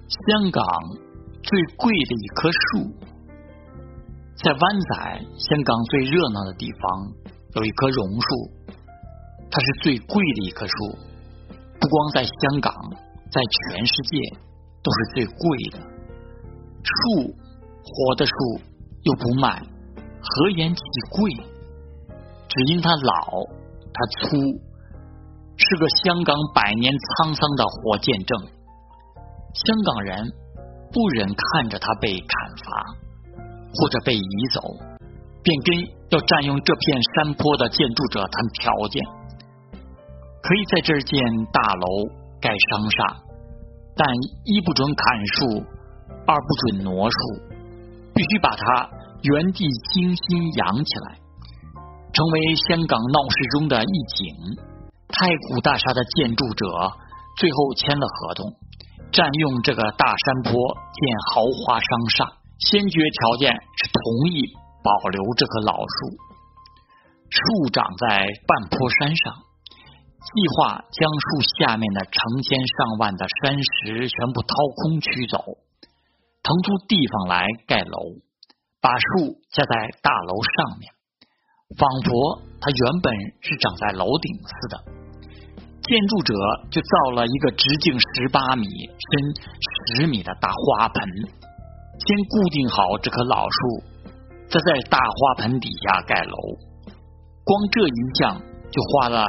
香港最贵的一棵树。在湾仔，香港最热闹的地方有一棵榕树，它是最贵的一棵树，不光在香港，在全世界都是最贵的。树，活的树又不卖，何言其贵？只因它老，它粗，是个香港百年沧桑的活见证。香港人不忍看着它被砍伐或者被移走，便跟要占用这片山坡的建筑者谈条件，可以在这儿建大楼盖商厦，但一不准砍树，二不准挪树，必须把它原地精心养起来，成为香港闹市中的一景。太古大厦的建筑者最后签了合同，占用这个大山坡建豪华商厦，先决条件是同意保留这棵老树。树长在半坡山上，计划将树下面的成千上万的山石全部掏空取走，腾出地方来盖楼，把树架在大楼上面，仿佛它原本是长在楼顶似的。建筑者就造了一个直径18米、深10米的大花盆，先固定好这棵老树，再在大花盆底下盖楼。光这一项就花了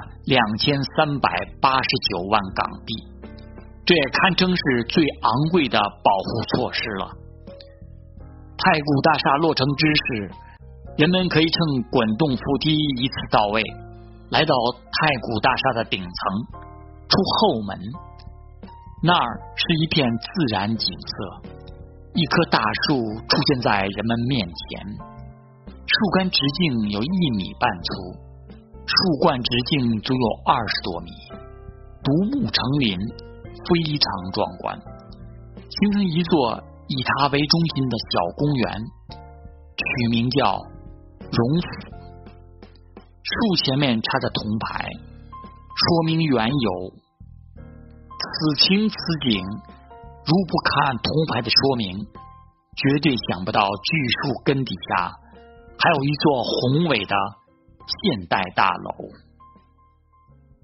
2389万港币，这也堪称是最昂贵的保护措施了。太古大厦落成之时，人们可以乘滚动扶梯一次到位，来到太古大厦的顶层，出后门，那儿是一片自然景色。一棵大树出现在人们面前，树干直径有1米半粗，树冠直径足有20多米，独木成林，非常壮观，形成一座以它为中心的小公园，取名叫荣府。树前面插着铜牌，说明缘由。此情此景，如不看铜牌的说明，绝对想不到巨树根底下还有一座宏伟的现代大楼。